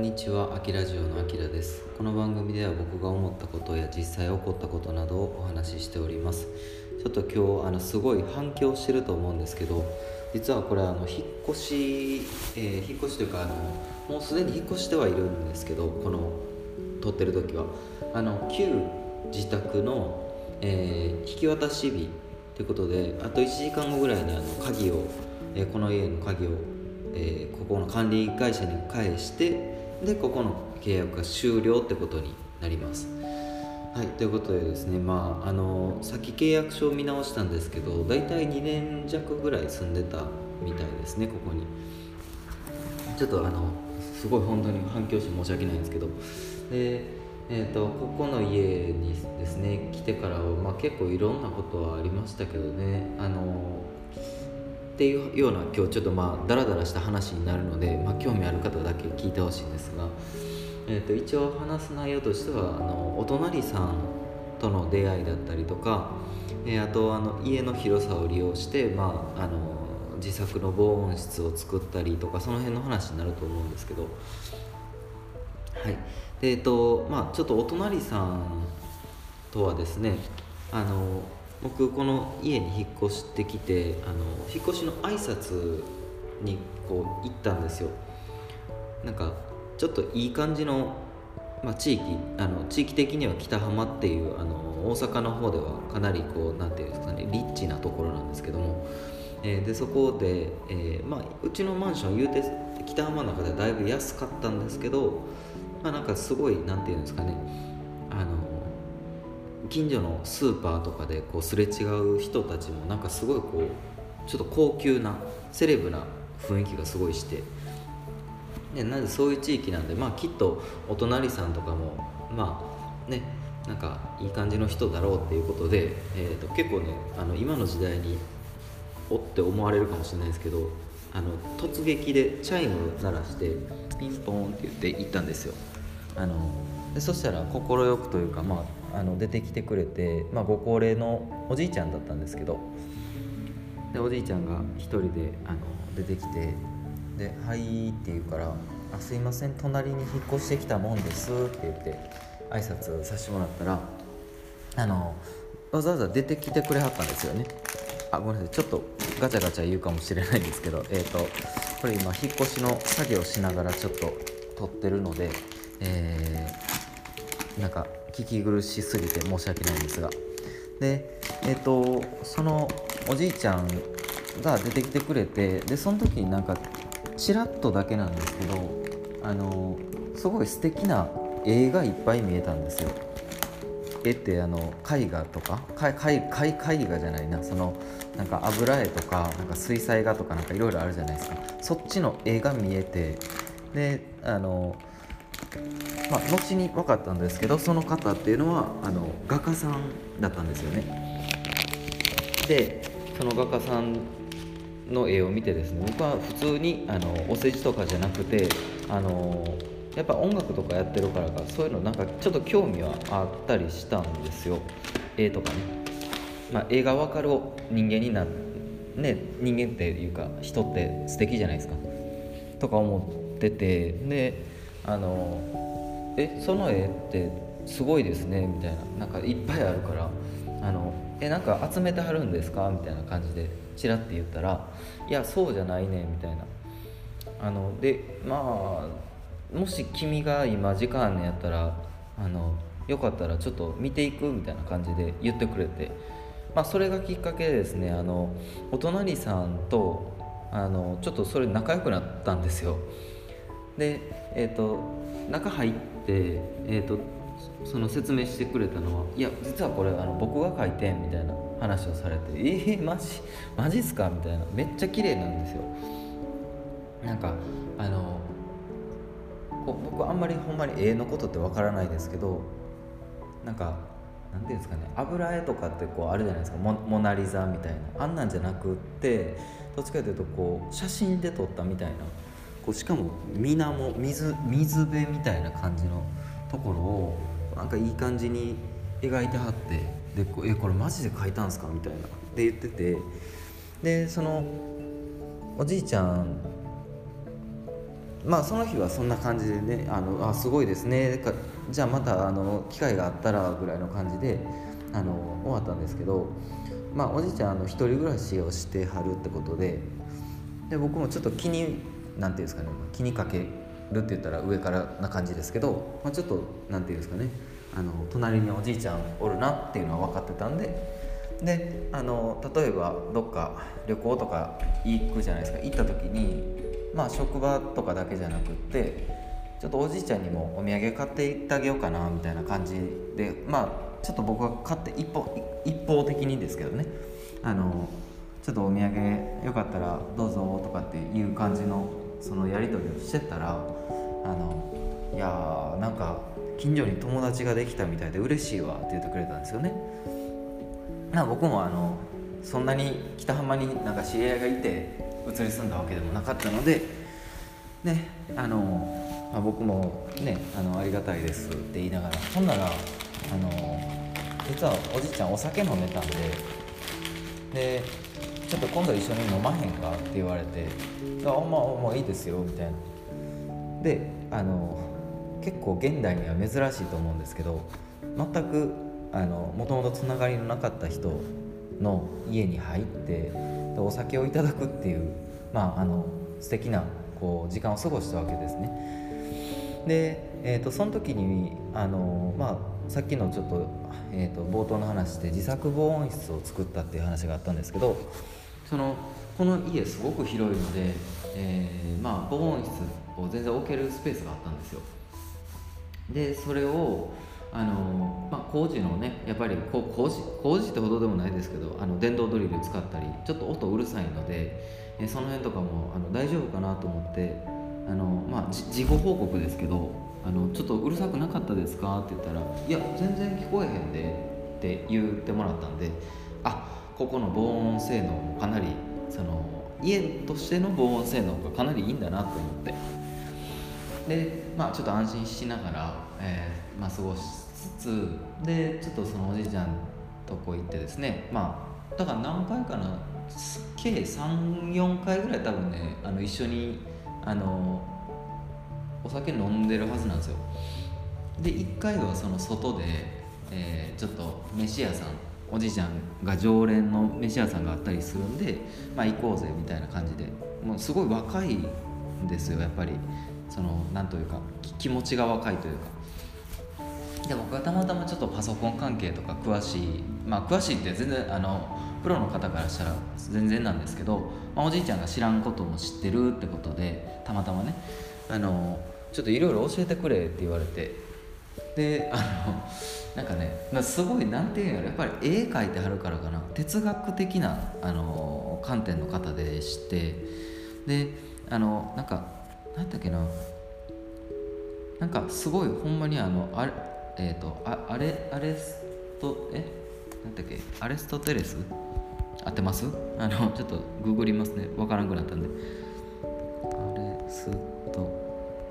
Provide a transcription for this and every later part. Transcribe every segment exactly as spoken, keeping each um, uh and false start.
にちは、あきラジオのあきらです。この番組では僕が思ったことや実際起こったことなどをお話ししております。ちょっと今日あのすごい反響してると思うんですけど、実はこれあの引っ越し、えー、引っ越しというかあのもうすでに引っ越してはいるんですけど、この撮ってる時はあの旧自宅の、えー引き渡し日ということで、あといちじかんごぐらいにあの鍵を、えーこの家の鍵をえーここの管理会社に返して、でここの契約が終了ってことになります。はい、ということでですね、まああのさっき契約書を見直したんですけど、だいたいにねん弱ぐらい住んでたみたいですね。ここにちょっとあのすごい本当に反響して申し訳ないんですけど、でえー、とここの家にですね来てからは、まあ、結構いろんなことはありましたけどね、あのっていうような今日ちょっとまあダラダラした話になるので、まあ、興味ある方だけ聞いてほしいんですが、えー、と一応話す内容としてはあのお隣さんとの出会いだったりとか、えー、あとあの家の広さを利用して、まあ、あの自作の防音室を作ったりとか、その辺の話になると思うんですけど、はいでえっ、とまあちょっとお隣さんとはですね、あの僕この家に引っ越してきて、あの引っ越しの挨拶にこう行ったんですよ。なんかちょっといい感じの、まあ、地域あの地域的には北浜っていうあの大阪の方ではかなりこうなんていうんですかね、リッチなところなんですけども、えーでそこで、えーまあ、うちのマンション言うて北浜の中ではだいぶ安かったんですけど、まあ、なんかすごいなんていうんですかね、あの近所のスーパーとかでこうすれ違う人たちもなんかすごいこうちょっと高級なセレブな雰囲気がすごいして、でなんでそういう地域なんで、まあきっとお隣さんとかもまあね、なんかいい感じの人だろうっていうことで、えー、と結構ね、あの今の時代におって思われるかもしれないですけど、あの突撃でチャイム鳴らしてピンポーンって言って行ったんですよ。あのでそしたら快くというか、まあ、あの出てきてくれて、まあ、ご高齢のおじいちゃんだったんですけど、でおじいちゃんが一人であの出てきて、で「はい」って言うから「あ、すいません、隣に引っ越してきたもんです」って言って挨拶させてもらったら、あのわざわざ出てきてくれはったんですよね。あ、ごめんなさい、ちょっとガチャガチャ言うかもしれないんですけど、えっ、ー、とこれ今引っ越しの作業しながらちょっと撮ってるので、えー、なんか聞き苦しすぎて申し訳ないんですが、でえっ、ー、とそのおじいちゃんが出てきてくれて、でその時になんかちらっとだけなんですけど、あのすごい素敵な絵がいっぱい見えたんですよ。絵ってあの絵画とか絵絵画じゃないな、そのなんか油絵とかなんか水彩画とかなんかいろいろあるじゃないですか。そっちの絵が見えて、であのまあ後に分かったんですけど、その方っていうのはあの画家さんだったんですよね。でその画家さんの絵を見てですね、僕は普通にあのお世辞とかじゃなくて、あのやっぱ音楽とかやってるからか、そういうのなんかちょっと興味はあったりしたんですよ。絵とかね、まあ、絵が分かる人間になね、人間っていうか人って素敵じゃないですかとか思ってて、であのえその絵ってすごいですねみたいな、なんかいっぱいあるから、あのえなんか集めてはるんですかみたいな感じでチラッて言ったら、いやそうじゃないねみたいな、あのでまあもし君が今時間あんねやったら、あのよかったらちょっと見ていくみたいな感じで言ってくれて、まあ、それがきっかけでですね、あのお隣さんとあのちょっとそれ仲良くなったんですよ。で、えー、と中入って、えー、とその説明してくれたのは、いや実はこれあの僕が描いてんみたいな話をされて、えー、マジマジっすかみたいな、めっちゃ綺麗なんですよ。なんかあのこう僕あんまりほんまに絵のことってわからないですけど、なんかなんていうんですかね、油絵とかってこうあるじゃないですか、モモナリザみたいな、あんなんじゃなくって、どっちかというとこう写真で撮ったみたいな、こうしかも水面水水辺みたいな感じのところをなんかいい感じに描いてはって、でこえこれマジで描いたんすかみたいなで言ってて、でそのおじいちゃんまあその日はそんな感じでね、あのあすごいですねか、じゃあまたあの機会があったらぐらいの感じであの終わったんですけど、まあおじいちゃんあの一人暮らしをしてはるってことで、で僕もちょっと気になんていうんですかね、気にかけるって言ったら上からな感じですけど、まあ、ちょっとなんていうんですかね、あの隣におじいちゃんおるなっていうのは分かってたんで、であの例えばどっか旅行とか行くじゃないですか。行った時にまあ職場とかだけじゃなくってちょっとおじいちゃんにもお土産買って行ってあげようかなみたいな感じで、まあちょっと僕が買って一方一方的にですけどね、あのちょっとお土産よかったらどうぞとかっていう感じのそのやり取りをしてたら、あのいやーなんか近所に友達ができたみたいで嬉しいわって言ってくれたんですよね。な僕もあのそんなに北浜になんか知り合いがいて移り住んだわけでもなかったので、ね、あの、まあ、僕もね あのありがたいですって言いながら、ほんならあの実はおじいちゃんお酒飲めたんで、でちょっと今度一緒に飲まへんかって言われて、あ、まあもういいですよみたいな。であの結構現代には珍しいと思うんですけど、全くあのもともとつながりのなかった人の家に入ってでお酒をいただくっていう、まあ、あの素敵なこう時間を過ごしたわけですね。で、えー、とその時にあの、まあ、さっきのちょっと、えー、と冒頭の話で自作防音室を作ったっていう話があったんですけど、そのこの家すごく広いので、えーまあ、防音室を全然置けるスペースがあったんですよ。でそれをあの、まあ、工事のね、やっぱりこう工事工事ってほどでもないですけど、あの電動ドリル使ったりちょっと音うるさいので、えその辺とかもあの大丈夫かなと思って、あの、まあ、事後報告ですけど、あのちょっとうるさくなかったですかって言ったら、いや全然聞こえへんでって言ってもらったんで、あ、ここの防音性能もかなりその家としての防音性能がかなりいいんだなと思って、で、まあ、ちょっと安心しながら、えーまあ、過ごしつつで、ちょっとそのおじいちゃんとこ行ってですね、まあだから何回かな、計さん、よんかいぐらい多分ね、あの一緒にあのお酒飲んでるはずなんですよ。でいっかいはその外で、えーちょっと飯屋さん、おじいちゃんが常連の飯屋さんがあったりするんで、まあ行こうぜみたいな感じで、もうすごい若いんですよ、やっぱりそのなんというか気持ちが若いというか。で僕はたまたまちょっとパソコン関係とか詳しい、まあ詳しいって全然あのプロの方からしたら全然なんですけど、まあ、おじいちゃんが知らんことも知ってるってことで、たまたまね、あのちょっといろいろ教えてくれって言われて、であのなんかね、すごいなんていうんやろ、やっぱり絵描いてはるからかな、哲学的なあの観点の方でして、であのなんかなんだっけな、なんかすごいほんまにあのあれえっ、ー、とああれアレストえなんだっけアレストテレス合ってます？あのちょっとググりますね、わからんくなったんで。アレスト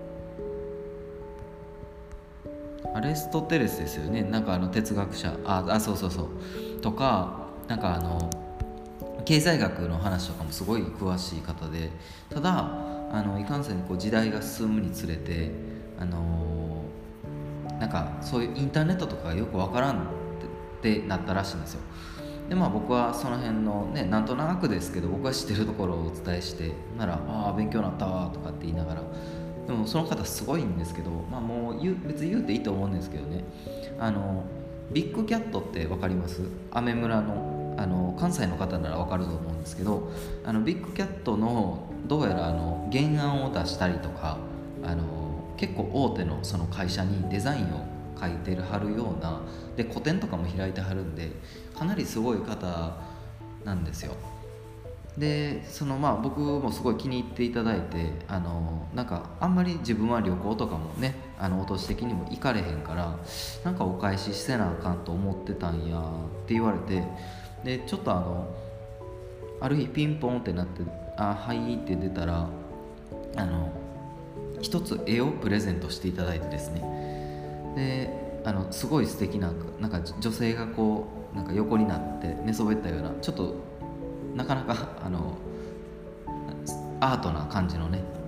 アレストテレスですよね。なんかあの哲学者、ああそうそうそうとか、なんかあの経済学の話とかもすごい詳しい方で、ただあのいかんせんこう時代が進むにつれて、あのー、なんかそういうインターネットとかがよくわからんってなったらしいんですよ。でまあ僕はその辺のね、なんとなくですけど僕は知ってるところをお伝えしてなら、ああ勉強になったわとかって言いながら、でもその方すごいんですけど、まあもう言う別に言うていいと思うんですけどね、あのビッグキャットって分かります？アメ村のあの関西の方なら分かると思うんですけど、あのビッグキャットのどうやらあの原案を出したりとか、あの結構大手のその会社にデザインを書いてるはるようなで、個展とかも開いてはるんで、かなりすごい方なんですよ。でそのまあ僕もすごい気に入っていただいて、あのなんかあんまり自分は旅行とかもね、あのお年的にも行かれへんから、なんかお返しせなあかんと思ってたんやって言われて、でちょっとあのある日ピンポンってなって、あはいって出たら、あの一つ絵をプレゼントしていただいてですね、であのすごい素敵な、なんか女性がこうなんか横になって寝そべったような、ちょっとなかなかあのアートな感じのね、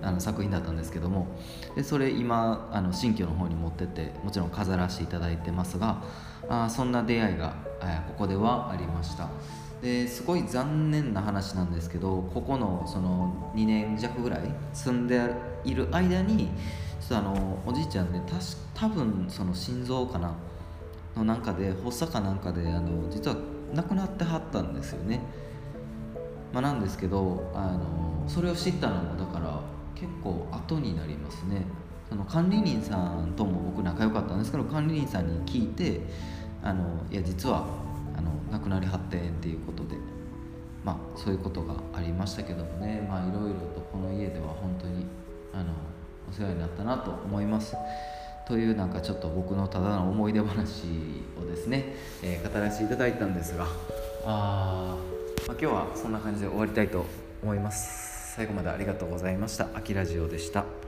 あの作品だったんですけども、でそれ今あの新居の方に持ってってもちろん飾らせていただいてますが、あそんな出会いがここではありました。ですごい残念な話なんですけど、ここのそのにねん弱ぐらい住んでいる間にちょっとあのおじいちゃんね、たし多分その心臓かなのなんかで発作かなんかであの実は亡くなってはったんですよね。まあ、なんですけどあのそれを知ったのもだから結構後になりますね。その管理人さんとも僕仲良かったんですけど、管理人さんに聞いてあのいや実はあの亡くなりはってんっていうことで、まあそういうことがありましたけどもね、まあいろいろとこの家では本当にあのお世話になったなと思います。というなんかちょっと僕のただの思い出話をですね、えー、語らせていただいたんですが、あ、まあ、今日はそんな感じで終わりたいと思います。最後までありがとうございました。あきラジオでした。